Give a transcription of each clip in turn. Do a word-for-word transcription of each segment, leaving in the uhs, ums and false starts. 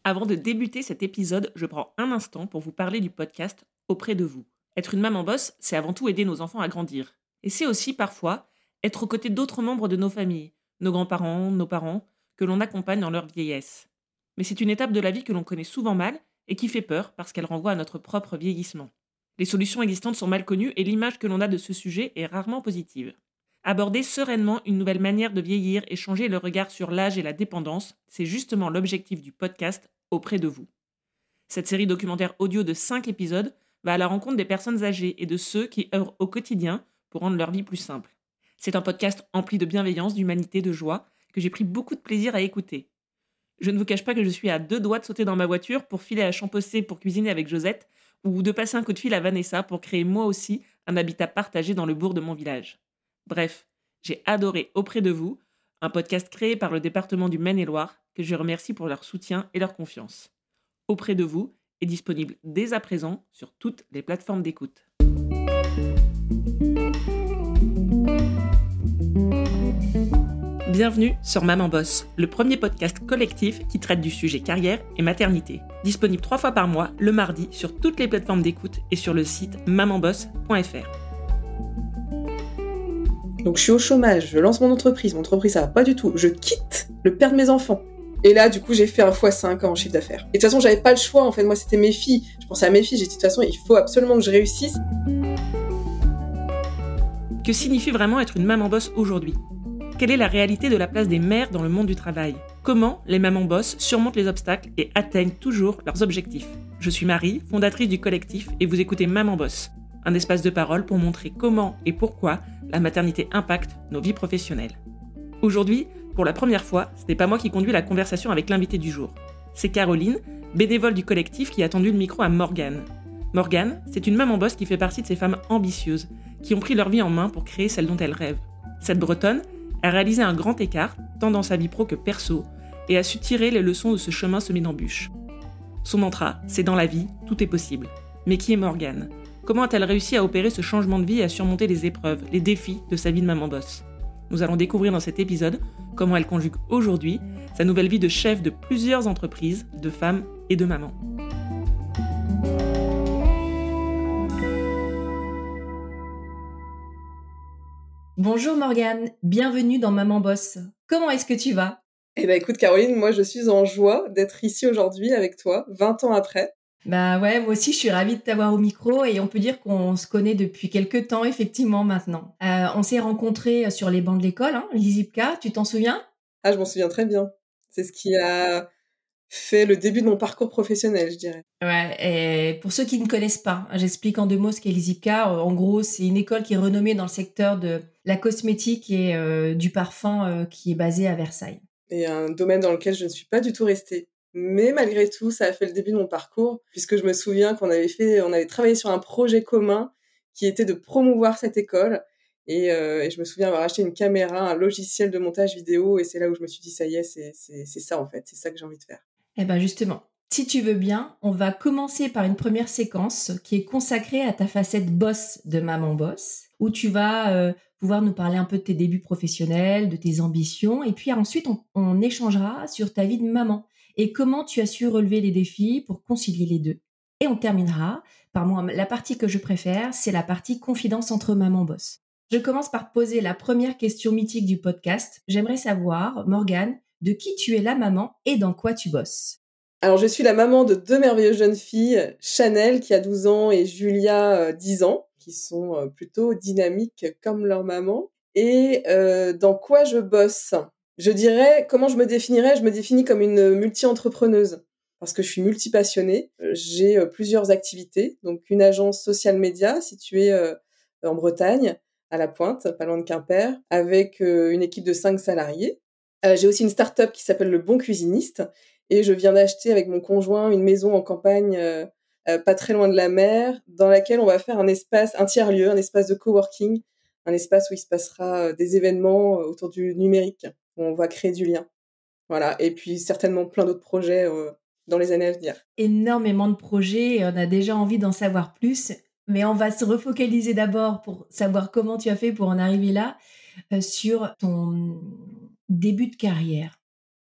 Avant de débuter cet épisode, je prends un instant pour vous parler du podcast Auprès de vous. Être une maman boss, c'est avant tout aider nos enfants à grandir. Et c'est aussi parfois être aux côtés d'autres membres de nos familles, nos grands-parents, nos parents, que l'on accompagne dans leur vieillesse. Mais c'est une étape de la vie que l'on connaît souvent mal et qui fait peur parce qu'elle renvoie à notre propre vieillissement. Les solutions existantes sont mal connues et l'image que l'on a de ce sujet est rarement positive. Aborder sereinement une nouvelle manière de vieillir et changer le regard sur l'âge et la dépendance, c'est justement l'objectif du podcast Auprès de vous. Cette série documentaire audio de cinq épisodes va à la rencontre des personnes âgées et de ceux qui œuvrent au quotidien pour rendre leur vie plus simple. C'est un podcast empli de bienveillance, d'humanité, de joie, que j'ai pris beaucoup de plaisir à écouter. Je ne vous cache pas que je suis à deux doigts de sauter dans ma voiture pour filer à Champossé pour cuisiner avec Josette, ou de passer un coup de fil à Vanessa pour créer moi aussi un habitat partagé dans le bourg de mon village. Bref, j'ai adoré Auprès de vous, un podcast créé par le département du Maine-et-Loire, que je remercie pour leur soutien et leur confiance. Auprès de vous est disponible dès à présent sur toutes les plateformes d'écoute. Bienvenue sur Maman Boss, le premier podcast collectif qui traite du sujet carrière et maternité. Disponible trois fois par mois, le mardi, sur toutes les plateformes d'écoute et sur le site maman boss point f r. Donc je suis au chômage, je lance mon entreprise, mon entreprise ça va pas du tout, je quitte le père de mes enfants. Et là, du coup, j'ai fait un fois cinq en chiffre d'affaires. Et de toute façon, j'avais pas le choix, en fait, moi, c'était mes filles. Je pensais à mes filles, j'ai dit, de toute façon, il faut absolument que je réussisse. Que signifie vraiment être une maman boss aujourd'hui ? Quelle est la réalité de la place des mères dans le monde du travail ? Comment les mamans boss surmontent les obstacles et atteignent toujours leurs objectifs ? Je suis Marie, fondatrice du collectif, et vous écoutez Maman Boss, un espace de parole pour montrer comment et pourquoi la maternité impacte nos vies professionnelles. Aujourd'hui, pour la première fois, ce n'est pas moi qui conduis la conversation avec l'invité du jour. C'est Caroline, bénévole du collectif, qui a tendu le micro à Morgane. Morgane, c'est une maman boss qui fait partie de ces femmes ambitieuses, qui ont pris leur vie en main pour créer celle dont elles rêvent. Cette Bretonne a réalisé un grand écart, tant dans sa vie pro que perso, et a su tirer les leçons de ce chemin semé d'embûches. Son mantra, c'est dans la vie, tout est possible. Mais qui est Morgane ? Comment a-t-elle réussi à opérer ce changement de vie et à surmonter les épreuves, les défis de sa vie de maman boss ? Nous allons découvrir dans cet épisode comment elle conjugue aujourd'hui sa nouvelle vie de chef de plusieurs entreprises, de femmes et de mamans. Bonjour Morgane, bienvenue dans Maman Boss. Comment est-ce que tu vas ? Eh ben écoute Caroline, moi je suis en joie d'être ici aujourd'hui avec toi, vingt ans après. Bah ouais, moi aussi je suis ravie de t'avoir au micro et on peut dire qu'on se connaît depuis quelques temps effectivement maintenant. Euh, on s'est rencontrés sur les bancs de l'école, hein, l'ISIPCA, tu t'en souviens ? Ah, je m'en souviens très bien. C'est ce qui a fait le début de mon parcours professionnel, je dirais. Ouais, et pour ceux qui ne connaissent pas, j'explique en deux mots ce qu'est l'ISIPCA. En gros, c'est une école qui est renommée dans le secteur de la cosmétique et euh, du parfum euh, qui est basée à Versailles. Et un domaine dans lequel je ne suis pas du tout restée. Mais malgré tout, ça a fait le début de mon parcours, puisque je me souviens qu'on avait fait, on avait travaillé sur un projet commun qui était de promouvoir cette école. Et, euh, et je me souviens avoir acheté une caméra, un logiciel de montage vidéo, et c'est là où je me suis dit, ça y est, c'est, c'est, c'est ça en fait, c'est ça que j'ai envie de faire. Eh ben justement, si tu veux bien, on va commencer par une première séquence qui est consacrée à ta facette boss de maman boss, où tu vas euh, pouvoir nous parler un peu de tes débuts professionnels, de tes ambitions, et puis ensuite on, on échangera sur ta vie de maman et comment tu as su relever les défis pour concilier les deux. Et on terminera par moi, la partie que je préfère, c'est la partie confidence entre maman boss. Je commence par poser la première question mythique du podcast. J'aimerais savoir, Morgane, de qui tu es la maman et dans quoi tu bosses. Alors, je suis la maman de deux merveilleuses jeunes filles, Chanel qui a douze ans et Julia dix ans, qui sont plutôt dynamiques comme leur maman. Et euh, dans quoi je bosse ? Je dirais, comment je me définirais ? Je me définis comme une multi-entrepreneuse parce que je suis multi-passionnée. J'ai plusieurs activités, donc une agence social media située euh, en Bretagne, à La Pointe, pas loin de Quimper, avec euh, une équipe de cinq salariés. Euh, j'ai aussi une start-up qui s'appelle Le Bon Cuisiniste et je viens d'acheter avec mon conjoint une maison en campagne euh, euh, pas très loin de la mer dans laquelle on va faire un espace, un tiers-lieu, un espace de coworking, un espace où il se passera euh, des événements euh, autour du numérique, où on va créer du lien. Voilà, et puis certainement plein d'autres projets euh, dans les années à venir. Énormément de projets et on a déjà envie d'en savoir plus, mais on va se refocaliser d'abord pour savoir comment tu as fait pour en arriver là, euh, sur ton début de carrière.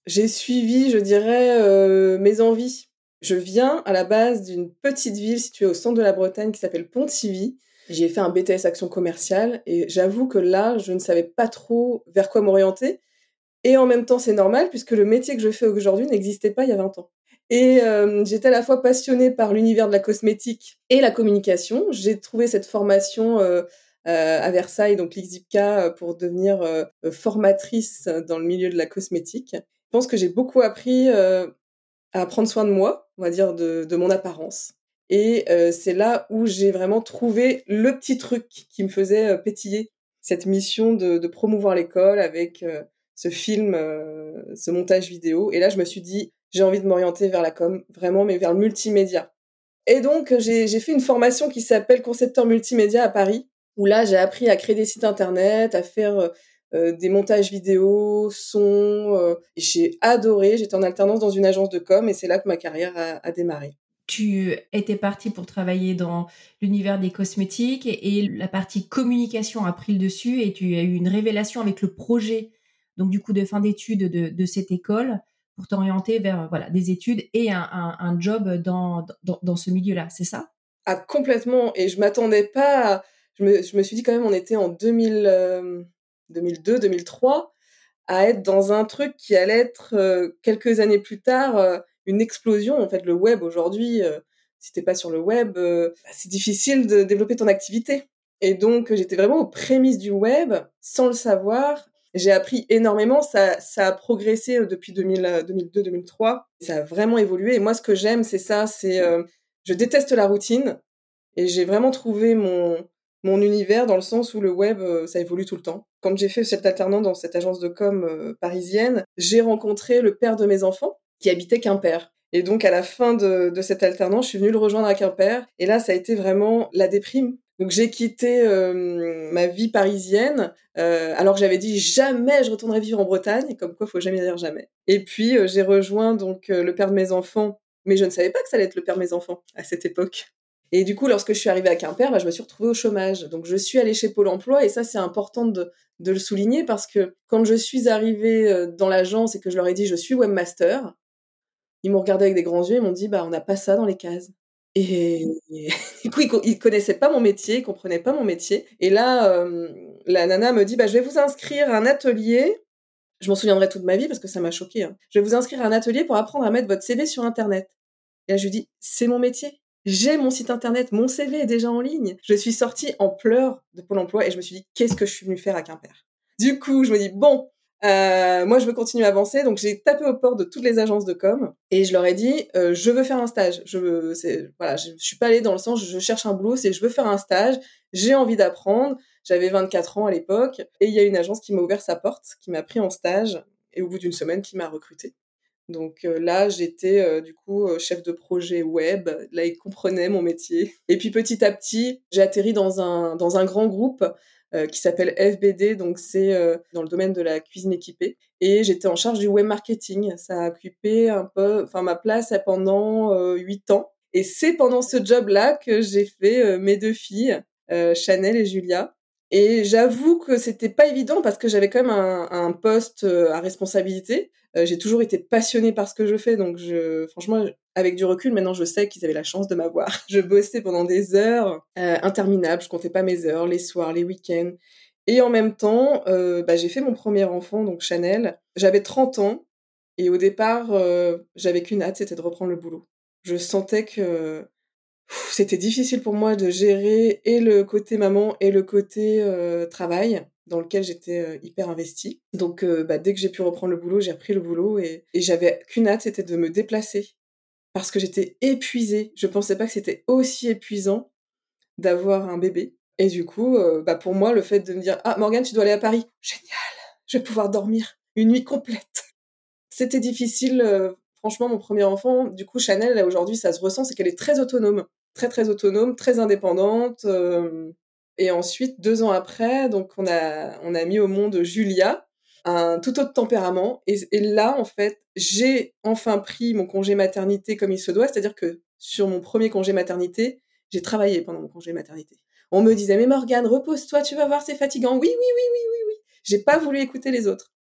j'ai suivi, je dirais, euh, mes envies. Je viens à la base d'une petite ville située au centre de la Bretagne qui s'appelle Pontivy. J'ai fait un B T S Action Commerciale et j'avoue que là, je ne savais pas trop vers quoi m'orienter. Et en même temps, c'est normal puisque le métier que je fais aujourd'hui n'existait pas il y a vingt ans. Et euh, j'étais à la fois passionnée par l'univers de la cosmétique et la communication. J'ai trouvé cette formation euh, euh, à Versailles, donc l'I X I P K, euh, pour devenir euh, formatrice dans le milieu de la cosmétique. Je pense que j'ai beaucoup appris euh, à prendre soin de moi, on va dire de, de mon apparence. Et euh, c'est là où j'ai vraiment trouvé le petit truc qui me faisait euh, pétiller cette mission de, de promouvoir l'école avec euh, ce film, euh, ce montage vidéo. Et là, je me suis dit, j'ai envie de m'orienter vers la com, vraiment, mais vers le multimédia. Et donc, j'ai, j'ai fait une formation qui s'appelle concepteur multimédia à Paris, où là, j'ai appris à créer des sites internet, à faire euh, des montages vidéo, son. Euh, et j'ai adoré. J'étais en alternance dans une agence de com, et c'est là que ma carrière a, a démarré. Tu étais partie pour travailler dans l'univers des cosmétiques et, et la partie communication a pris le dessus et tu as eu une révélation avec le projet, donc du coup de fin d'études de, de cette école pour t'orienter vers voilà des études et un, un, un job dans, dans, dans ce milieu-là, c'est ça? Ah, complètement. Et je m'attendais pas à... Je me, je me suis dit quand même, on était en deux mille, euh, deux mille deux, deux mille trois, à être dans un truc qui allait être, euh, quelques années plus tard, euh, une explosion. En fait, le web, aujourd'hui, euh, si t'es pas sur le web, euh, bah, c'est difficile de développer ton activité. Et donc, j'étais vraiment aux prémices du web, sans le savoir. J'ai appris énormément. Ça, ça a progressé depuis deux mille, deux mille deux, deux mille trois. Ça a vraiment évolué. Et moi, ce que j'aime, c'est ça, c'est... Euh, je déteste la routine. Et j'ai vraiment trouvé mon, mon univers dans le sens où le web, euh, ça évolue tout le temps. Quand j'ai fait cette alternance dans cette agence de com euh, parisienne, j'ai rencontré le père de mes enfants qui habitait Quimper. Et donc, à la fin de, de cette alternance, je suis venue le rejoindre à Quimper. Et là, ça a été vraiment la déprime. Donc, j'ai quitté euh, ma vie parisienne, euh, alors que j'avais dit jamais je retournerai vivre en Bretagne, comme quoi, faut jamais dire jamais. Et puis, euh, j'ai rejoint donc euh, le père de mes enfants, mais je ne savais pas que ça allait être le père de mes enfants à cette époque. Et du coup, lorsque je suis arrivée à Quimper, bah, je me suis retrouvée au chômage. Donc, je suis allée chez Pôle emploi, et ça, c'est important de, de le souligner, parce que quand je suis arrivée dans l'agence et que je leur ai dit « je suis webmaster », ils m'ont regardé avec des grands yeux et m'ont dit « bah, on n'a pas ça dans les cases ». Et, et du coup, ils, co- ils connaissaient pas mon métier, ils comprenaient pas mon métier. Et là, euh, la nana me dit bah, « je vais vous inscrire à un atelier ». Je m'en souviendrai toute ma vie parce que ça m'a choquée. Hein. « Je vais vous inscrire à un atelier pour apprendre à mettre votre C V sur Internet ». Et là, je lui dis « c'est mon métier. J'ai mon site internet, mon C V est déjà en ligne. » Je suis sortie en pleurs de Pôle emploi et je me suis dit « qu'est-ce que je suis venue faire à Quimper ?» Du coup, je me dis « bon, euh, moi, je veux continuer à avancer. » Donc, j'ai tapé aux portes de toutes les agences de com et je leur ai dit euh, « je veux faire un stage. Je veux, c'est, voilà, je, je suis pas allée dans le sens je cherche un boulot, c'est je veux faire un stage. J'ai envie d'apprendre. » J'avais vingt-quatre ans à l'époque et il y a une agence qui m'a ouvert sa porte, qui m'a pris en stage et au bout d'une semaine, qui m'a recrutée. Donc euh, là, j'étais euh, du coup euh, chef de projet web. Là, ils comprenaient mon métier. Et puis petit à petit, j'ai atterri dans un dans un grand groupe euh, qui s'appelle F B D. Donc c'est euh, dans le domaine de la cuisine équipée. Et j'étais en charge du web marketing. Ça a occupé un peu, enfin ma place pendant huit ans. Et c'est pendant ce job-là que j'ai fait euh, mes deux filles, euh, Chanel et Julia. Et j'avoue que c'était pas évident parce que j'avais quand même un, un poste à responsabilité. Euh, j'ai toujours été passionnée par ce que je fais, donc je, franchement, avec du recul, maintenant je sais qu'ils avaient la chance de m'avoir. Je bossais pendant des heures euh, interminables, je comptais pas mes heures, les soirs, les week-ends. Et en même temps, euh, bah, j'ai fait mon premier enfant, donc Chanel. J'avais trente ans, et au départ, euh, j'avais qu'une hâte, c'était de reprendre le boulot. Je sentais que pff, c'était difficile pour moi de gérer et le côté maman et le côté euh, travail, dans lequel j'étais euh, hyper investie. Donc, euh, bah, dès que j'ai pu reprendre le boulot, j'ai repris le boulot et, et j'avais qu'une hâte, c'était de me déplacer parce que j'étais épuisée. Je pensais pas que c'était aussi épuisant d'avoir un bébé. Et du coup, euh, bah, pour moi, le fait de me dire « Ah, Morgane, tu dois aller à Paris. Génial, je vais pouvoir dormir une nuit complète. » C'était difficile, euh, franchement, mon premier enfant. Du coup, Chanel, là, aujourd'hui, ça se ressent, c'est qu'elle est très autonome. Très, très autonome, très indépendante. Euh, et ensuite, deux ans après, donc on a, on a mis au monde Julia, un tout autre tempérament. Et, et là, en fait, j'ai enfin pris mon congé maternité comme il se doit. C'est-à-dire que sur mon premier congé maternité, j'ai travaillé pendant mon congé maternité. On me disait « Mais Morgane, repose-toi, tu vas voir, c'est fatigant. » Oui, oui, oui, oui, oui, oui. J'ai pas voulu écouter les autres.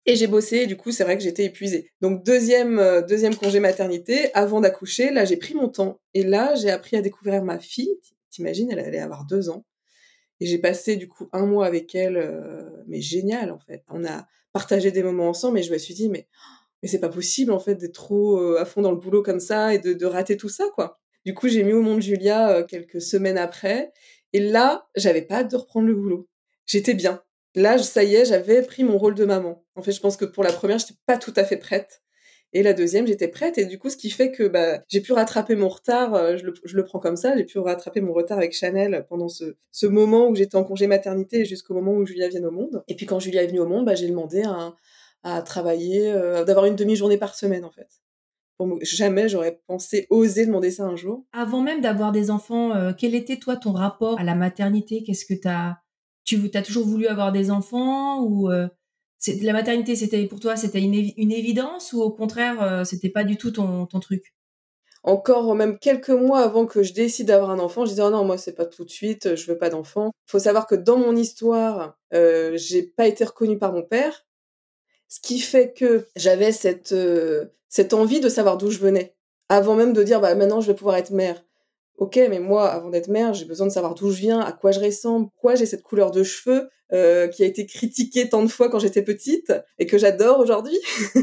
Et j'ai bossé, et du coup, c'est vrai que j'étais épuisée. Donc, deuxième, euh, deuxième congé maternité, avant d'accoucher, là, j'ai pris mon temps. Et là, j'ai appris à découvrir ma fille. T'imagines, elle allait avoir deux ans. Et j'ai passé, du coup, un mois avec elle, euh, mais génial, en fait. On a partagé des moments ensemble, et je me suis dit, mais, mais c'est pas possible, en fait, d'être trop euh, à fond dans le boulot comme ça, et de, de rater tout ça, quoi. Du coup, j'ai mis au monde Julia euh, quelques semaines après. Et là, j'avais pas hâte de reprendre le boulot. J'étais bien. Là, ça y est, j'avais pris mon rôle de maman. En fait, je pense que pour la première, j'étais pas tout à fait prête. Et la deuxième, j'étais prête. Et du coup, ce qui fait que bah, j'ai pu rattraper mon retard, euh, je, le, je le prends comme ça, j'ai pu rattraper mon retard avec Chanel pendant ce, ce moment où j'étais en congé maternité jusqu'au moment où Julia vient au monde. Et puis quand Julia est venue au monde, bah, j'ai demandé à, à travailler, euh, d'avoir une demi-journée par semaine, en fait. Pour me... Jamais j'aurais pensé, osé demander ça un jour. Avant même d'avoir des enfants, euh, quel était, toi, ton rapport à la maternité? Qu'est-ce que t'as... Tu as toujours voulu avoir des enfants ou euh, c'est, la maternité, c'était pour toi, c'était une, évi- une évidence ou au contraire, euh, c'était pas du tout ton, ton truc? Encore même quelques mois avant que je décide d'avoir un enfant, je disais oh non, moi c'est pas tout de suite, je veux pas d'enfant. Faut savoir que dans mon histoire, euh, j'ai pas été reconnue par mon père, ce qui fait que j'avais cette euh, cette envie de savoir d'où je venais, avant même de dire bah maintenant je vais pouvoir être mère. Ok, mais moi, avant d'être mère, j'ai besoin de savoir d'où je viens, à quoi je ressemble, pourquoi j'ai cette couleur de cheveux euh, qui a été critiquée tant de fois quand j'étais petite et que j'adore aujourd'hui.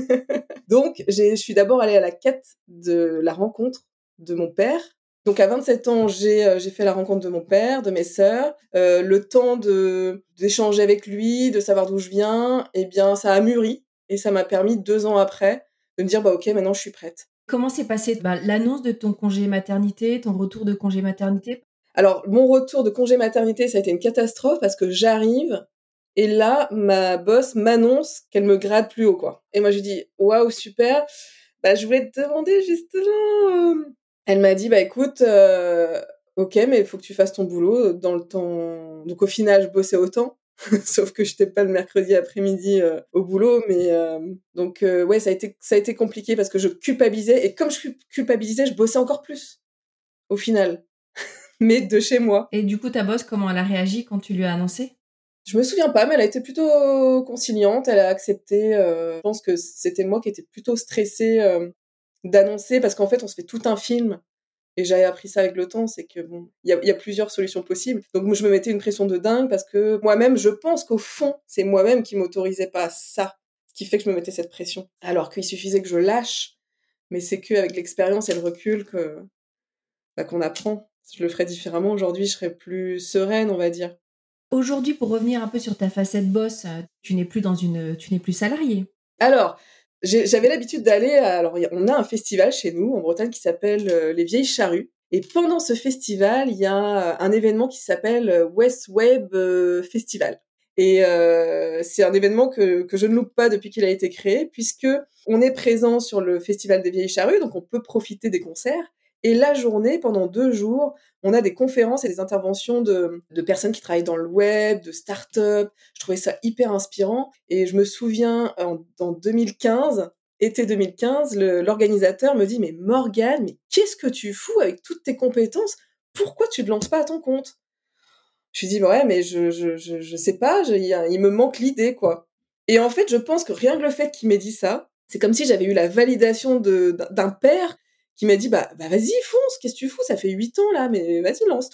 Donc, j'ai, je suis d'abord allée à la quête de la rencontre de mon père. Donc, à vingt-sept ans, j'ai, euh, j'ai fait la rencontre de mon père, de mes sœurs. Euh, le temps de, d'échanger avec lui, de savoir d'où je viens, eh bien, ça a mûri. Et ça m'a permis, deux ans après, de me dire, bah ok, maintenant je suis prête. Comment s'est passée bah, l'annonce de ton congé maternité, ton retour de congé maternité? Alors, mon retour de congé maternité, ça a été une catastrophe parce que j'arrive et là, ma boss m'annonce qu'elle me grade plus haut, quoi. Et moi, je lui dis, waouh, super. Bah, je voulais te demander justement. euh, Elle m'a dit, bah écoute, euh, ok, mais il faut que tu fasses ton boulot dans le temps. Donc au final, je bossais autant. Sauf que j'étais pas le mercredi après-midi euh, au boulot, mais euh, donc euh, ouais, ça a été ça a été compliqué parce que je culpabilisais et comme je culpabilisais, je bossais encore plus au final, mais de chez moi. Et du coup, ta boss, comment elle a réagi quand tu lui as annoncé? Je me souviens pas, mais elle a été plutôt conciliante, elle a accepté. Euh, je pense que c'était moi qui étais plutôt stressée euh, d'annoncer parce qu'en fait, on se fait tout un film. Et j'ai appris ça avec le temps, c'est que bon, il y a, y a plusieurs solutions possibles. Donc moi, je me mettais une pression de dingue parce que moi-même, je pense qu'au fond, c'est moi-même qui m'autorisais pas à ça, ce qui fait que je me mettais cette pression. Alors qu'il suffisait que je lâche, mais c'est qu'avec l'expérience et le recul que bah, qu'on apprend. Si je le ferais différemment aujourd'hui, je serais plus sereine, on va dire. Aujourd'hui, pour revenir un peu sur ta facette boss, euh, tu n'es plus dans une, tu n'es plus salariée. Alors, j'ai- j'avais l'habitude d'aller. à- Alors, y a- on a un festival chez nous en Bretagne qui s'appelle euh, les Vieilles Charrues. Et pendant ce festival, il y a un événement qui s'appelle euh, West Web euh, Festival. Et euh, c'est un événement que, que je ne loupe pas depuis qu'il a été créé, puisque on est présent sur le festival des Vieilles Charrues, donc on peut profiter des concerts. Et la journée, pendant deux jours, on a des conférences et des interventions de, de personnes qui travaillent dans le web, de start-up. Je trouvais ça hyper inspirant. Et je me souviens, en, en deux mille quinze, été deux mille quinze, le, l'organisateur me dit « Mais Morgane, mais qu'est-ce que tu fous avec toutes tes compétences? Pourquoi tu ne te lances pas à ton compte ?» Je lui dis « Ouais, mais je, je, je, je sais pas, je, il, y a- il me manque l'idée, quoi. » Et en fait, je pense que rien que le fait qu'il m'ait dit ça, c'est comme si j'avais eu la validation de, d'un, d'un père qui m'a dit bah, « Bah vas-y, fonce, qu'est-ce que tu fous? Ça fait huit ans, là, mais vas-y, lance-toi. »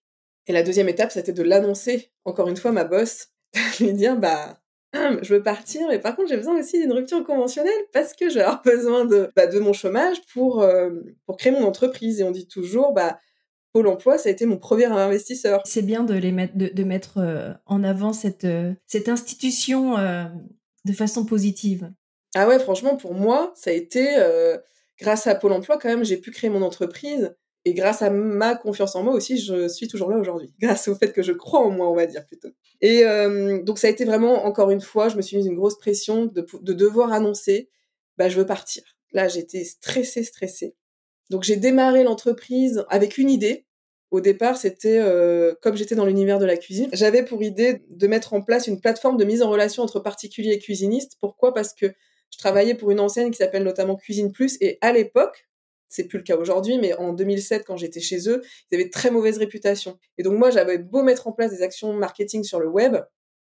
Et la deuxième étape, c'était de l'annoncer, encore une fois, ma boss, de lui dire « Bah, je veux partir, mais par contre, j'ai besoin aussi d'une rupture conventionnelle parce que je vais avoir besoin de, bah, de mon chômage pour, euh, pour créer mon entreprise. » Et on dit toujours, bah, Pôle emploi, ça a été mon premier investisseur. C'est bien de les mettre, de, de mettre euh, en avant cette, euh, cette institution euh, de façon positive. Ah ouais, franchement, pour moi, ça a été, euh, grâce à Pôle emploi, quand même, j'ai pu créer mon entreprise. Et grâce à ma confiance en moi aussi, je suis toujours là aujourd'hui. Grâce au fait que je crois en moi, on va dire plutôt. Et euh, donc ça a été vraiment, encore une fois, je me suis mise une grosse pression de, de devoir annoncer, bah je veux partir. Là, j'étais stressée, stressée. Donc j'ai démarré l'entreprise avec une idée. Au départ, c'était, euh, comme j'étais dans l'univers de la cuisine, j'avais pour idée de mettre en place une plateforme de mise en relation entre particuliers et cuisinistes. Pourquoi ? Parce que je travaillais pour une enseigne qui s'appelle notamment Cuisine Plus, et à l'époque, c'est plus le cas aujourd'hui, mais en deux mille sept, quand j'étais chez eux, ils avaient très mauvaise réputation. Et donc moi, j'avais beau mettre en place des actions marketing sur le web,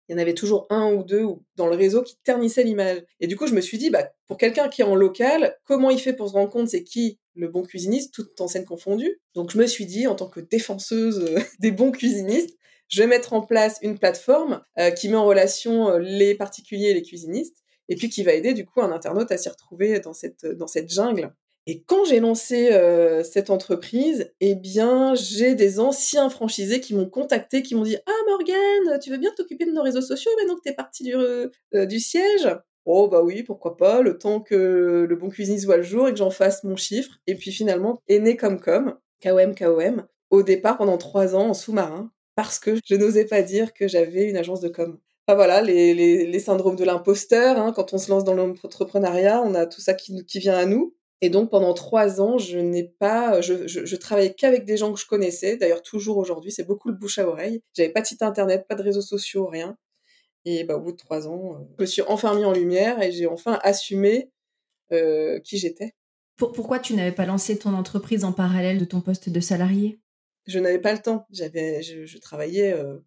il y en avait toujours un ou deux dans le réseau qui ternissaient l'image. Et du coup, je me suis dit, bah, pour quelqu'un qui est en local, comment il fait pour se rendre compte c'est qui le bon cuisiniste, toute enseigne confondue? Donc je me suis dit, en tant que défenseuse euh, des bons cuisinistes, je vais mettre en place une plateforme euh, qui met en relation euh, les particuliers et les cuisinistes, et puis qui va aider du coup un internaute à s'y retrouver dans cette, dans cette jungle. Et quand j'ai lancé euh, cette entreprise, eh bien, j'ai des anciens franchisés qui m'ont contacté, qui m'ont dit « Ah Morgane, tu veux bien t'occuper de nos réseaux sociaux maintenant que t'es partie du, euh, du siège ?» Oh bah oui, pourquoi pas, le temps que le bon cuisinier voit le jour et que j'en fasse mon chiffre. Et puis finalement, est né comme comme, K O M K O M, au départ pendant trois ans en sous-marin, parce que je n'osais pas dire que j'avais une agence de com. Enfin voilà, les, les, les syndromes de l'imposteur, hein, quand on se lance dans l'entrepreneuriat, on a tout ça qui, qui vient à nous. Et donc pendant trois ans, je n'ai pas, je, je, je travaillais qu'avec des gens que je connaissais. D'ailleurs toujours aujourd'hui, c'est beaucoup le bouche à oreille. J'avais pas de site internet, pas de réseaux sociaux, rien. Et bah au bout de trois ans, euh, je me suis enfin mis en lumière et j'ai enfin assumé euh, qui j'étais. Pour, pourquoi tu n'avais pas lancé ton entreprise en parallèle de ton poste de salarié? Je n'avais pas le temps. J'avais, je, je travaillais, euh,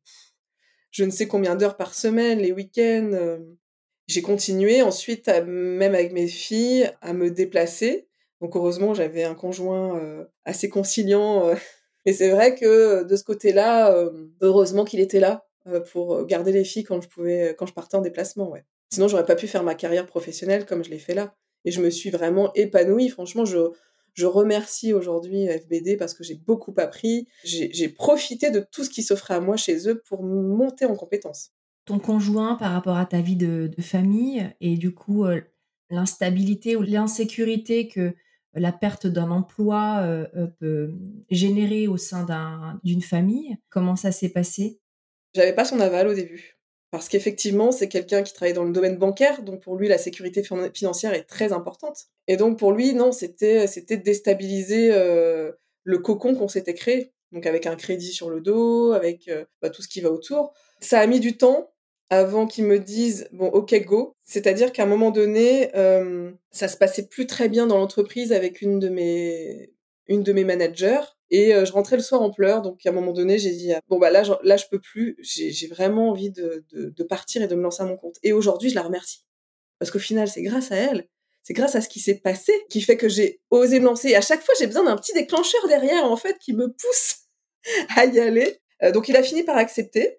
je ne sais combien d'heures par semaine, les week-ends. Euh, J'ai continué ensuite, à, même avec mes filles, à me déplacer. Donc heureusement, j'avais un conjoint euh, assez conciliant. Euh, et c'est vrai que de ce côté-là, euh, heureusement qu'il était là euh, pour garder les filles quand je pouvais, quand je partais en déplacement. Ouais. Sinon, j'aurais pas pu faire ma carrière professionnelle comme je l'ai fait là. Et je me suis vraiment épanouie. Franchement, je, je remercie aujourd'hui F B D parce que j'ai beaucoup appris. J'ai, j'ai profité de tout ce qui s'offrait à moi chez eux pour monter en compétences. Ton conjoint par rapport à ta vie de, de famille et du coup euh, l'instabilité ou l'insécurité que la perte d'un emploi euh, euh, peut générer au sein d'un, d'une famille, comment ça s'est passé? J'avais pas son aval au début. Parce qu'effectivement, c'est quelqu'un qui travaille dans le domaine bancaire, donc pour lui, la sécurité fin- financière est très importante. Et donc pour lui, non, c'était c'était de déstabiliser euh, le cocon qu'on s'était créé. Donc avec un crédit sur le dos, avec euh, bah, tout ce qui va autour. Ça a mis du temps avant qu'il me dise bon, ok, go. C'est-à-dire qu'à un moment donné, euh, ça se passait plus très bien dans l'entreprise avec une de mes une de mes managers. Et euh, je rentrais le soir en pleurs, donc à un moment donné, j'ai dit bon bah là, je, là je peux plus, j'ai, j'ai vraiment envie de, de, de partir et de me lancer à mon compte. Et aujourd'hui, je la remercie parce qu'au final, c'est grâce à elle, c'est grâce à ce qui s'est passé qui fait que j'ai osé me lancer. Et à chaque fois, j'ai besoin d'un petit déclencheur derrière en fait qui me pousse à y aller. Euh, donc il a fini par accepter.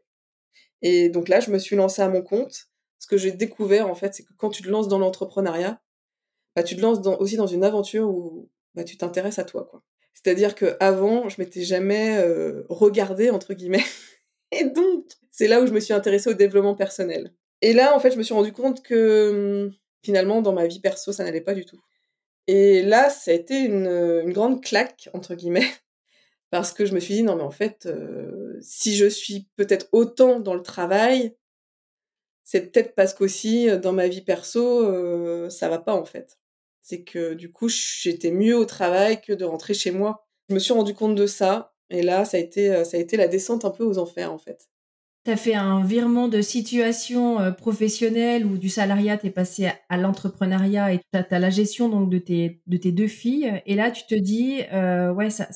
Et donc là, je me suis lancée à mon compte. Ce que j'ai découvert en fait, c'est que quand tu te lances dans l'entrepreneuriat, bah, tu te lances dans, aussi dans une aventure où bah, tu t'intéresses à toi, quoi. C'est-à-dire qu'avant, je m'étais jamais euh, regardée, entre guillemets. Et donc, c'est là où je me suis intéressée au développement personnel. Et là, en fait, je me suis rendu compte que hum, finalement, dans ma vie perso, ça n'allait pas du tout. Et là, ça a été une, une grande claque, entre guillemets, parce que je me suis dit, non, mais en fait, euh, si je suis peut-être autant dans le travail, c'est peut-être parce qu'aussi, euh, dans ma vie perso, euh, ça va pas, en fait. C'est que du coup, j'étais mieux au travail que de rentrer chez moi. Je me suis rendu compte de ça, et là, ça a été, euh, ça a été la descente un peu aux enfers, en fait. Tu as fait un virement de situation euh, professionnelle où du salariat, tu es passé à, à l'entrepreneuriat et tu as la gestion donc de tes, de tes deux filles. Et là, tu te dis, euh, ouais, ça,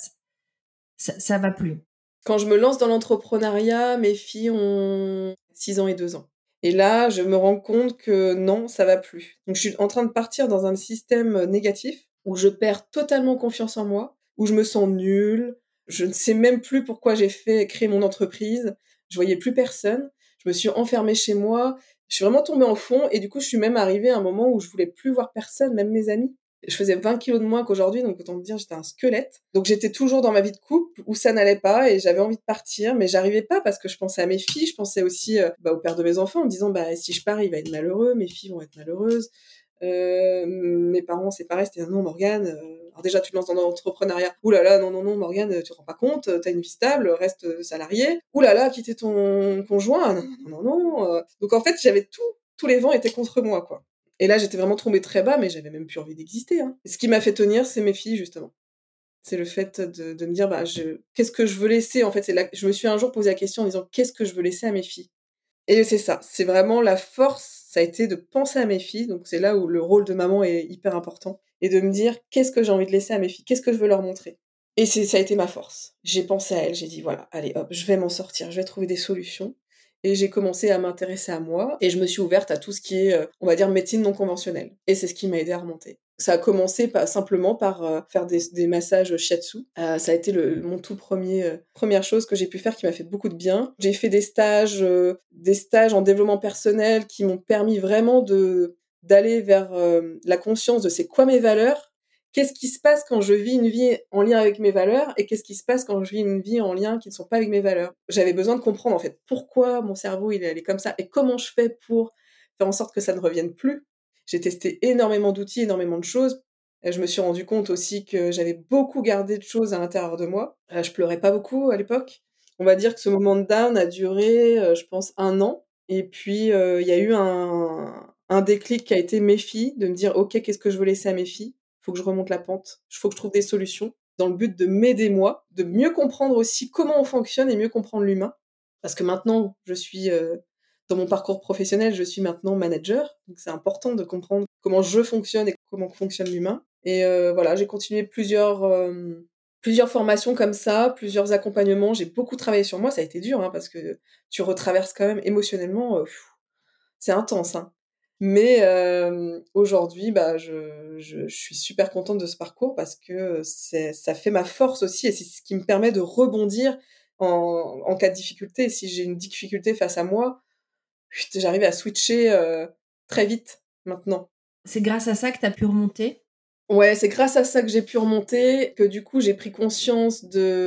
ça, ça va plus. Quand je me lance dans l'entrepreneuriat, mes filles ont six ans et deux ans. Et là, je me rends compte que non, ça va plus. Donc, je suis en train de partir dans un système négatif où je perds totalement confiance en moi, où je me sens nulle. Je ne sais même plus pourquoi j'ai fait créer mon entreprise. Je voyais plus personne. Je me suis enfermée chez moi. Je suis vraiment tombée en fond et du coup, je suis même arrivée à un moment où je voulais plus voir personne, même mes amis. Je faisais vingt kilos de moins qu'aujourd'hui, donc autant te dire, j'étais un squelette. Donc j'étais toujours dans ma vie de couple où ça n'allait pas et j'avais envie de partir, mais j'arrivais pas parce que je pensais à mes filles, je pensais aussi euh, bah, au père de mes enfants en me disant bah si je pars, il va être malheureux, mes filles vont être malheureuses. Euh, mes parents, c'est pareil, c'était non Morgane. Euh, alors déjà tu te lances dans l'entrepreneuriat. Ouh là là, non non non Morgane, tu te rends pas compte, t'as une vie stable, reste salarié. Ouh là là, quitter ton conjoint, non non non non. non. Donc en fait j'avais tout, tous les vents étaient contre moi quoi. Et là, j'étais vraiment tombée très bas, mais j'avais même plus envie d'exister. Hein. Ce qui m'a fait tenir, c'est mes filles, justement. C'est le fait de, de me dire, bah, je, qu'est-ce que je veux laisser, en fait. C'est là, je me suis un jour posé la question en disant, qu'est-ce que je veux laisser à mes filles? Et c'est ça. C'est vraiment la force, ça a été de penser à mes filles. Donc, c'est là où le rôle de maman est hyper important. Et de me dire, qu'est-ce que j'ai envie de laisser à mes filles? Qu'est-ce que je veux leur montrer? Et c'est, ça a été ma force. J'ai pensé à elles, j'ai dit, voilà, allez, hop, je vais m'en sortir, je vais trouver des solutions. Et j'ai commencé à m'intéresser à moi et je me suis ouverte à tout ce qui est, euh, on va dire, médecine non conventionnelle. Et c'est ce qui m'a aidé à remonter. Ça a commencé par, simplement par euh, faire des, des massages shiatsu. Euh, ça a été le, mon tout premier, euh, première chose que j'ai pu faire qui m'a fait beaucoup de bien. J'ai fait des stages, euh, des stages en développement personnel qui m'ont permis vraiment de, d'aller vers euh, la conscience de c'est quoi mes valeurs. Qu'est-ce qui se passe quand je vis une vie en lien avec mes valeurs et qu'est-ce qui se passe quand je vis une vie en lien qui ne sont pas avec mes valeurs. J'avais besoin de comprendre en fait pourquoi mon cerveau il est allé comme ça et comment je fais pour faire en sorte que ça ne revienne plus. J'ai testé énormément d'outils, énormément de choses. Et je me suis rendu compte aussi que j'avais beaucoup gardé de choses à l'intérieur de moi. Euh, je pleurais pas beaucoup à l'époque. On va dire que ce moment de down a duré, euh, je pense, un an. Et puis, euh, il y a eu un, un déclic qui a été mes filles, de me dire, OK, qu'est-ce que je veux laisser à mes filles? Faut que je remonte la pente. Il faut que je trouve des solutions dans le but de m'aider moi, de mieux comprendre aussi comment on fonctionne et mieux comprendre l'humain. Parce que maintenant, je suis, euh, dans mon parcours professionnel, je suis maintenant manager. Donc c'est important de comprendre comment je fonctionne et comment fonctionne l'humain. Et euh, voilà, j'ai continué plusieurs, euh, plusieurs formations comme ça, plusieurs accompagnements. J'ai beaucoup travaillé sur moi. Ça a été dur, hein, parce que tu retraverses quand même émotionnellement. Euh, pff, c'est intense, hein. Mais euh, aujourd'hui, bah, je, je, je suis super contente de ce parcours parce que c'est, ça fait ma force aussi et c'est ce qui me permet de rebondir en, en cas de difficulté. Si j'ai une difficulté face à moi, putain, j'arrive à switcher euh, très vite maintenant. C'est grâce à ça que tu as pu remonter? Ouais, c'est grâce à ça que j'ai pu remonter, que du coup j'ai pris conscience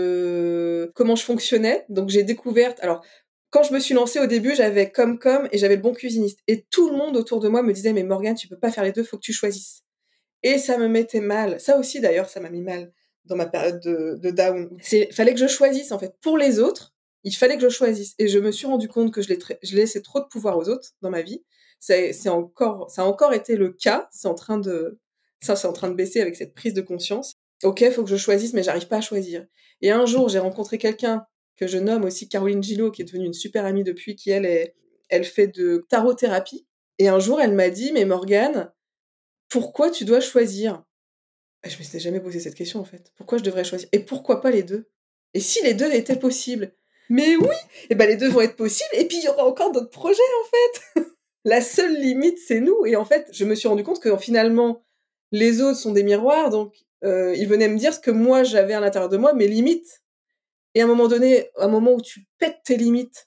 de comment je fonctionnais. Donc j'ai découvert. Alors, quand je me suis lancée au début, j'avais Comcom et j'avais le bon cuisiniste. Et tout le monde autour de moi me disait, mais Morgane, tu peux pas faire les deux, faut que tu choisisses. Et ça me mettait mal. Ça aussi, d'ailleurs, ça m'a mis mal dans ma période de, de down. C'est, fallait que je choisisse, en fait. Pour les autres, il fallait que je choisisse. Et je me suis rendu compte que je, l'ai tra- je laissais trop de pouvoir aux autres dans ma vie. C'est, c'est encore, ça a encore été le cas. C'est en train de, ça, c'est en train de baisser avec cette prise de conscience. Ok, faut que je choisisse, mais j'arrive pas à choisir. Et un jour, j'ai rencontré quelqu'un que je nomme aussi Caroline Gillot, qui est devenue une super amie depuis, qui elle est, elle fait de tarothérapie. Et un jour, elle m'a dit, mais Morgane, pourquoi tu dois choisir? Je me suis jamais posé cette question en fait. Pourquoi je devrais choisir? Et pourquoi pas les deux? Et si les deux étaient possibles? Mais oui! Et ben les deux vont être possibles et puis il y aura encore d'autres projets en fait! La seule limite c'est nous. Et en fait, je me suis rendu compte que finalement, les autres sont des miroirs, donc euh, ils venaient me dire ce que moi j'avais à l'intérieur de moi, mes limites. Et à un moment donné, à un moment où tu pètes tes limites,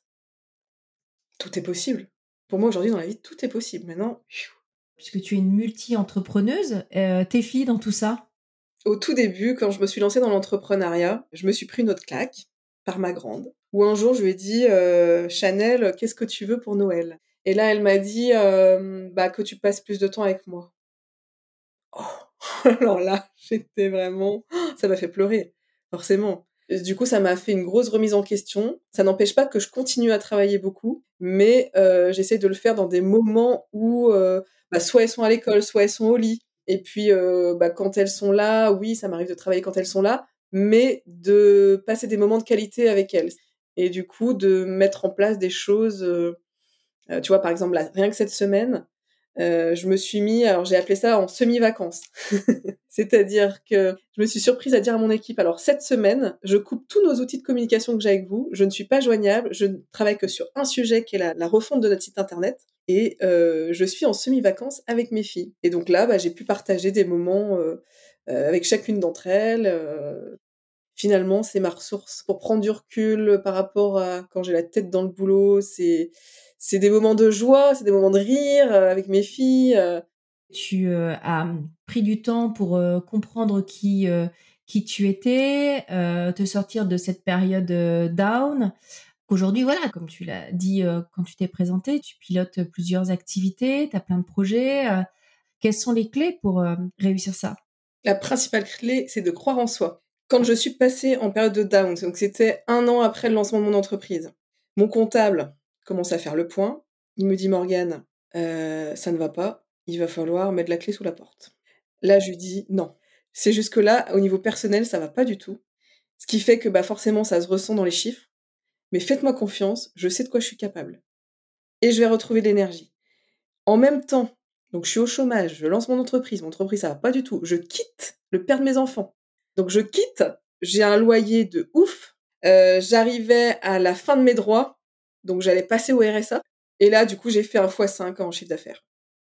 tout est possible. Pour moi aujourd'hui dans la vie, tout est possible. Maintenant, Puisque tu es une multi-entrepreneuse, euh, tes filles dans tout ça? au tout début, quand je me suis lancée dans l'entrepreneuriat, je me suis pris une autre claque par ma grande, où un jour je lui ai dit euh, Chanel, qu'est-ce que tu veux pour Noël? Et là, elle m'a dit euh, bah que tu passes plus de temps avec moi. Oh, alors là, j'étais vraiment, ça m'a fait pleurer, forcément. Et du coup, ça m'a fait une grosse remise en question. Ça n'empêche pas que je continue à travailler beaucoup, mais euh, j'essaie de le faire dans des moments où euh, bah, soit elles sont à l'école, soit elles sont au lit. Et puis, euh, bah, quand elles sont là, oui, ça m'arrive de travailler quand elles sont là, mais de passer des moments de qualité avec elles. Et du coup, de mettre en place des choses. Euh, euh, tu vois, par exemple, là, rien que cette semaine, euh, je me suis mis, alors j'ai appelé ça en semi-vacances. C'est-à-dire que je me suis surprise à dire à mon équipe, alors cette semaine, je coupe tous nos outils de communication que j'ai avec vous, je ne suis pas joignable, je ne travaille que sur un sujet qui est la, la refonte de notre site internet, et euh, je suis en semi-vacances avec mes filles. Et donc là, bah, j'ai pu partager des moments euh, euh, avec chacune d'entre elles. Euh, finalement, c'est ma ressource pour prendre du recul par rapport à quand j'ai la tête dans le boulot, c'est c'est des moments de joie, c'est des moments de rire euh, avec mes filles. euh, Tu euh, as hum, pris du temps pour euh, comprendre qui, euh, qui tu étais, euh, te sortir de cette période euh, down. Aujourd'hui, voilà, comme tu l'as dit euh, quand tu t'es présenté, tu pilotes plusieurs activités, tu as plein de projets. euh. Quelles sont les clés pour euh, réussir ça? La principale clé, c'est de croire en soi. Quand je suis passée en période de down, donc c'était un an après le lancement de mon entreprise, mon comptable commence à faire le point. Il me dit Morgane, euh, ça ne va pas, il va falloir mettre la clé sous la porte. Là, je lui dis non. C'est jusque là, au niveau personnel, ça va pas du tout. Ce qui fait que bah forcément, ça se ressent dans les chiffres. Mais faites-moi confiance, je sais de quoi je suis capable. Et je vais retrouver de l'énergie. En même temps, donc je suis au chômage, je lance mon entreprise, mon entreprise ça va pas du tout, je quitte le père de mes enfants. Donc je quitte, j'ai un loyer de ouf, euh, j'arrivais à la fin de mes droits, Donc, j'allais passer au R S A. Et là, du coup, j'ai fait un fois cinq en chiffre d'affaires.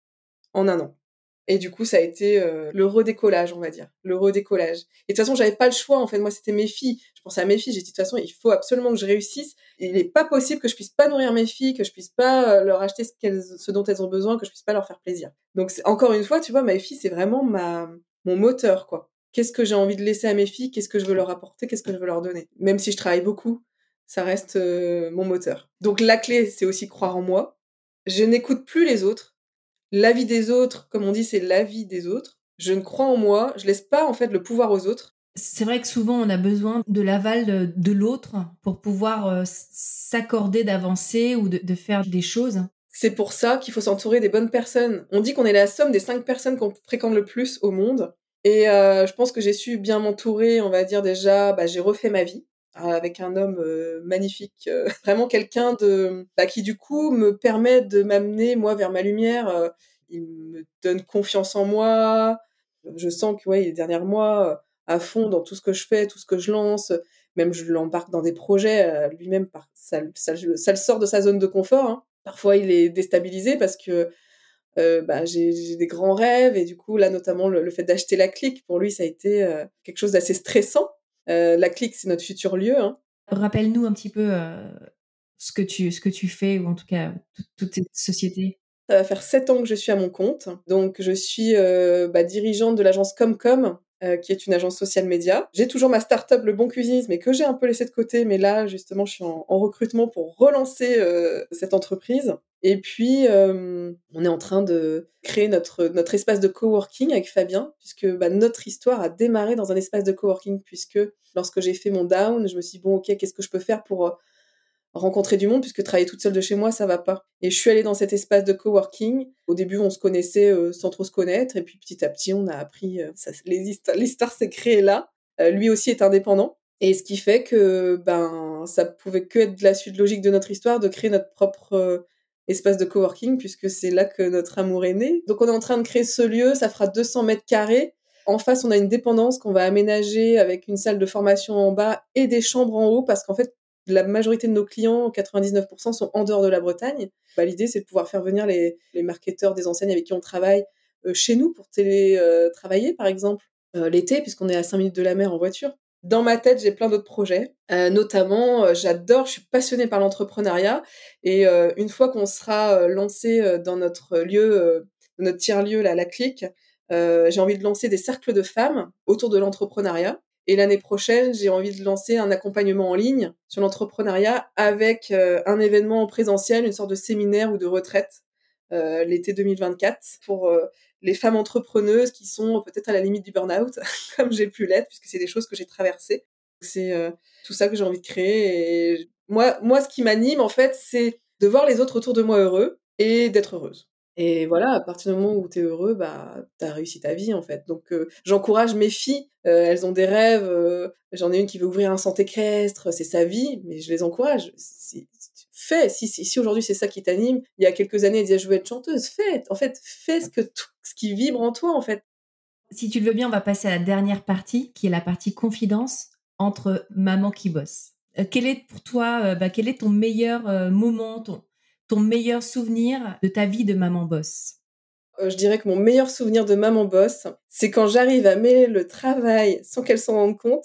En un an. Et du coup, ça a été euh, le redécollage, on va dire. Le redécollage. Et de toute façon, j'avais pas le choix, en fait. Moi, c'était mes filles. Je pensais à mes filles. J'ai dit, de toute façon, il faut absolument que je réussisse. Il est pas possible que je puisse pas nourrir mes filles, que je puisse pas euh, leur acheter ce, qu'elles, ce dont elles ont besoin, que je puisse pas leur faire plaisir. Donc, c'est, encore une fois, tu vois, mes filles, c'est vraiment ma, mon moteur, quoi. Qu'est-ce que j'ai envie de laisser à mes filles? Qu'est-ce que je veux leur apporter? Qu'est-ce que je veux leur donner? Même si je travaille beaucoup, ça reste euh, mon moteur. Donc, la clé, c'est aussi croire en moi. Je n'écoute plus les autres. L'avis des autres, comme on dit, c'est l'avis des autres. Je ne crois en moi, je laisse pas en fait le pouvoir aux autres. C'est vrai que souvent on a besoin de l'aval de, de l'autre pour pouvoir euh, s'accorder d'avancer ou de, de faire des choses. C'est pour ça qu'il faut s'entourer des bonnes personnes. On dit qu'on est la somme des cinq personnes qu'on fréquente le plus au monde. Et euh, je pense que j'ai su bien m'entourer, on va dire déjà, bah, j'ai refait ma vie avec un homme euh, magnifique, euh, vraiment quelqu'un de bah, qui du coup me permet de m'amener moi vers ma lumière. Euh, il me donne confiance en moi. Je sens que ouais, il est derrière moi euh, à fond dans tout ce que je fais, tout ce que je lance. Même je l'embarque dans des projets euh, lui-même, par, ça, ça, ça le sort de sa zone de confort. Hein. Parfois, il est déstabilisé parce que euh, bah, j'ai, j'ai des grands rêves et du coup, là, notamment, le, le fait d'acheter la clique, pour lui, ça a été euh, quelque chose d'assez stressant. Euh, la clique, c'est notre futur lieu. Hein. Rappelle-nous un petit peu euh, ce que tu ce que tu fais, ou en tout cas t- toute cette société. Ça va faire sept ans que je suis à mon compte. Donc, je suis euh, bah, dirigeante de l'agence Comcom, euh, qui est une agence social média. J'ai toujours ma start-up Le Bon Cuisinisme, mais que j'ai un peu laissé de côté. Mais là, justement, je suis en, en recrutement pour relancer euh, cette entreprise. Et puis, euh, on est en train de créer notre, notre espace de coworking avec Fabien, puisque bah, notre histoire a démarré dans un espace de coworking, puisque lorsque j'ai fait mon down, je me suis dit, bon, ok, qu'est-ce que je peux faire pour... Euh, rencontrer du monde, puisque travailler toute seule de chez moi, ça va pas. Et je suis allée dans cet espace de coworking. Au début, on se connaissait euh, sans trop se connaître, et puis petit à petit, on a appris, euh, ça, les histoires, l'histoire s'est créée là. Euh, lui aussi est indépendant, et ce qui fait que ben ça pouvait que être de la suite logique de notre histoire, de créer notre propre euh, espace de coworking, puisque c'est là que notre amour est né. Donc on est en train de créer ce lieu, ça fera deux cents mètres carrés. En face, on a une dépendance qu'on va aménager avec une salle de formation en bas et des chambres en haut, parce qu'en fait, la majorité de nos clients, quatre-vingt-dix-neuf pour cent, sont en dehors de la Bretagne. Bah, l'idée, c'est de pouvoir faire venir les, les marketeurs des enseignes avec qui on travaille euh, chez nous pour télétravailler, euh, par exemple, euh, l'été, puisqu'on est à cinq minutes de la mer en voiture. Dans ma tête, j'ai plein d'autres projets. Euh, notamment, euh, j'adore, je suis passionnée par l'entrepreneuriat. Et euh, une fois qu'on sera euh, lancé euh, dans notre lieu, euh, notre tiers-lieu, là, la clique, euh, j'ai envie de lancer des cercles de femmes autour de l'entrepreneuriat. Et l'année prochaine, j'ai envie de lancer un accompagnement en ligne sur l'entrepreneuriat avec euh, un événement en présentiel, une sorte de séminaire ou de retraite euh, l'été deux mille vingt-quatre pour euh, les femmes entrepreneuses qui sont peut-être à la limite du burn-out, comme j'ai pu l'être, puisque c'est des choses que j'ai traversées. C'est euh, tout ça que j'ai envie de créer. Et moi, moi, ce qui m'anime, en fait, c'est de voir les autres autour de moi heureux et d'être heureuse. Et voilà, à partir du moment où t'es heureux, bah, t'as réussi ta vie, en fait. Donc, euh, j'encourage mes filles. Euh, elles ont des rêves. Euh, j'en ai une qui veut ouvrir un centre équestre. C'est sa vie, mais je les encourage. C'est, fais. Si, si, si aujourd'hui c'est ça qui t'anime, il y a quelques années, elle disait je veux être chanteuse. Fais. En fait, fais ce que tout, ce qui vibre en toi, en fait. Si tu le veux bien, on va passer à la dernière partie, qui est la partie confidence entre maman qui bosse. Euh, quel est pour toi, euh, bah, quel est ton meilleur euh, moment, ton, ton meilleur souvenir de ta vie de maman boss? Euh, je dirais que mon meilleur souvenir de maman boss, c'est quand j'arrive à mêler le travail sans qu'elles s'en rendent compte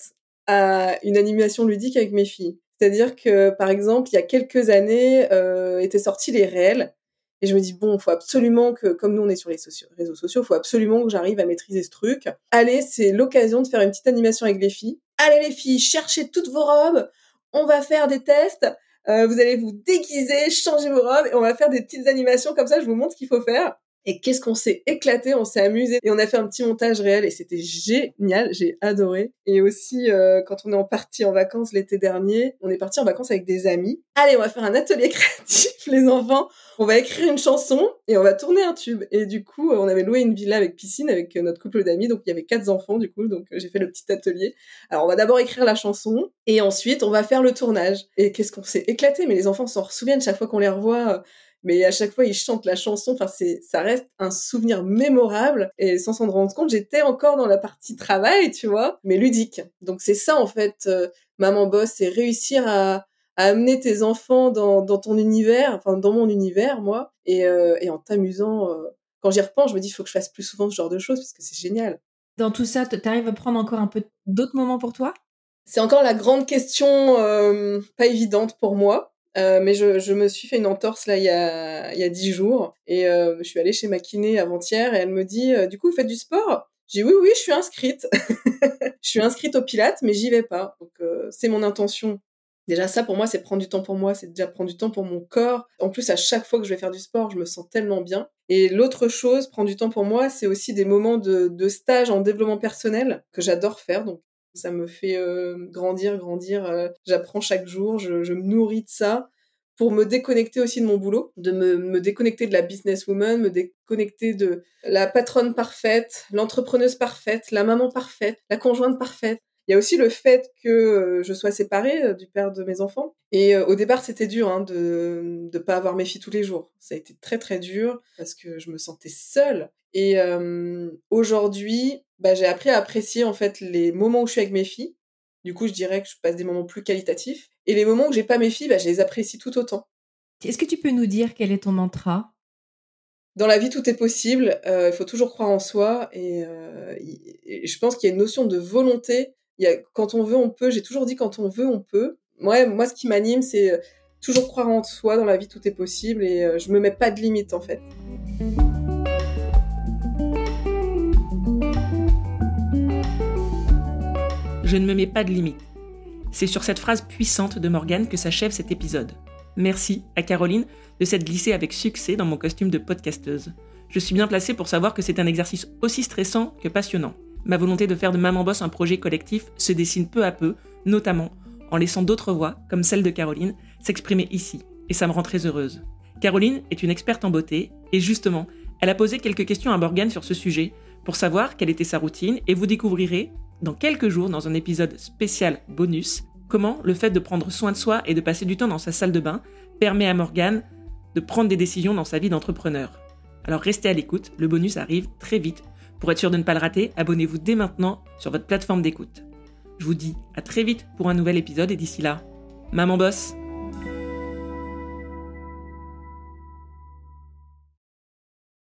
à une animation ludique avec mes filles. C'est-à-dire que, par exemple, il y a quelques années, euh, étaient sortis les réels. Et je me dis, bon, il faut absolument que, comme nous on est sur les socio- réseaux sociaux, il faut absolument que j'arrive à maîtriser ce truc. Allez, c'est l'occasion de faire une petite animation avec les filles. Allez les filles, cherchez toutes vos robes, on va faire des tests, euh, vous allez vous déguiser, changer vos robes, et on va faire des petites animations comme ça, je vous montre ce qu'il faut faire. Et qu'est-ce qu'on s'est éclaté, on s'est amusé et on a fait un petit montage réel et c'était génial, j'ai adoré. Et aussi euh, quand on est en parti en vacances l'été dernier, on est parti en vacances avec des amis. Allez, on va faire un atelier créatif les enfants, on va écrire une chanson et on va tourner un tube. Et du coup, on avait loué une villa avec piscine avec notre couple d'amis, donc il y avait quatre enfants du coup, donc j'ai fait le petit atelier. Alors on va d'abord écrire la chanson et ensuite on va faire le tournage. Et qu'est-ce qu'on s'est éclaté, mais les enfants s'en souviennent chaque fois qu'on les revoit. Mais à chaque fois, ils chantent la chanson. Enfin, c'est, ça reste un souvenir mémorable. Et sans s'en rendre compte, j'étais encore dans la partie travail, tu vois, mais ludique. Donc c'est ça, en fait, euh, maman boss, c'est réussir à, à à amener tes enfants dans, dans ton univers, enfin dans mon univers, moi, et, euh, et en t'amusant. Euh, quand j'y repense, je me dis, il faut que je fasse plus souvent ce genre de choses parce que c'est génial. Dans tout ça, tu arrives à prendre encore un peu d'autres moments pour toi ? C'est encore la grande question, euh, pas évidente pour moi. Euh, mais je, je me suis fait une entorse là il y a il y a dix jours et euh, je suis allée chez ma kiné avant-hier et elle me dit euh, du coup vous faites du sport ? J'ai dit oui oui je suis inscrite. Je suis inscrite au Pilates mais j'y vais pas. Donc euh, c'est mon intention. Déjà ça pour moi c'est prendre du temps pour moi, c'est déjà prendre du temps pour mon corps. En plus à chaque fois que je vais faire du sport, je me sens tellement bien. Et l'autre chose, prendre du temps pour moi, c'est aussi des moments de, de stage en développement personnel que j'adore faire. Donc ça me fait euh, grandir, grandir. Euh, j'apprends chaque jour, je, je me nourris de ça pour me déconnecter aussi de mon boulot, de me, me déconnecter de la businesswoman, me déconnecter de la patronne parfaite, l'entrepreneuse parfaite, la maman parfaite, la conjointe parfaite. Il y a aussi le fait que euh, je sois séparée euh, du père de mes enfants. Et euh, au départ, c'était dur hein, de de pas avoir mes filles tous les jours. Ça a été très très dur parce que je me sentais seule. Et euh, aujourd'hui, bah, j'ai appris à apprécier en fait les moments où je suis avec mes filles. Du coup, je dirais que je passe des moments plus qualitatifs. Et les moments où j'ai pas mes filles, bah, je les apprécie tout autant. Est-ce que tu peux nous dire quel est ton mantra ? Dans la vie, tout est possible. Euh, il faut toujours croire en soi. Et, euh, et je pense qu'il y a une notion de volonté. Il y a, quand on veut, on peut. J'ai toujours dit quand on veut, on peut. Ouais, moi, ce qui m'anime, c'est toujours croire en soi. Dans la vie, tout est possible. Et euh, je me mets pas de limite, en fait. Je ne me mets pas de limite. C'est sur cette phrase puissante de Morgane que s'achève cet épisode. Merci à Caroline de s'être glissée avec succès dans mon costume de podcasteuse. Je suis bien placée pour savoir que c'est un exercice aussi stressant que passionnant. Ma volonté de faire de Maman Boss un projet collectif se dessine peu à peu, notamment en laissant d'autres voix, comme celle de Caroline, s'exprimer ici. Et ça me rend très heureuse. Caroline est une experte en beauté, et justement, elle a posé quelques questions à Morgane sur ce sujet, pour savoir quelle était sa routine, et vous découvrirez, dans quelques jours, dans un épisode spécial bonus, comment le fait de prendre soin de soi et de passer du temps dans sa salle de bain permet à Morgane de prendre des décisions dans sa vie d'entrepreneur. Alors restez à l'écoute, le bonus arrive très vite. Pour être sûr de ne pas le rater, abonnez-vous dès maintenant sur votre plateforme d'écoute. Je vous dis à très vite pour un nouvel épisode et d'ici là, Maman Boss!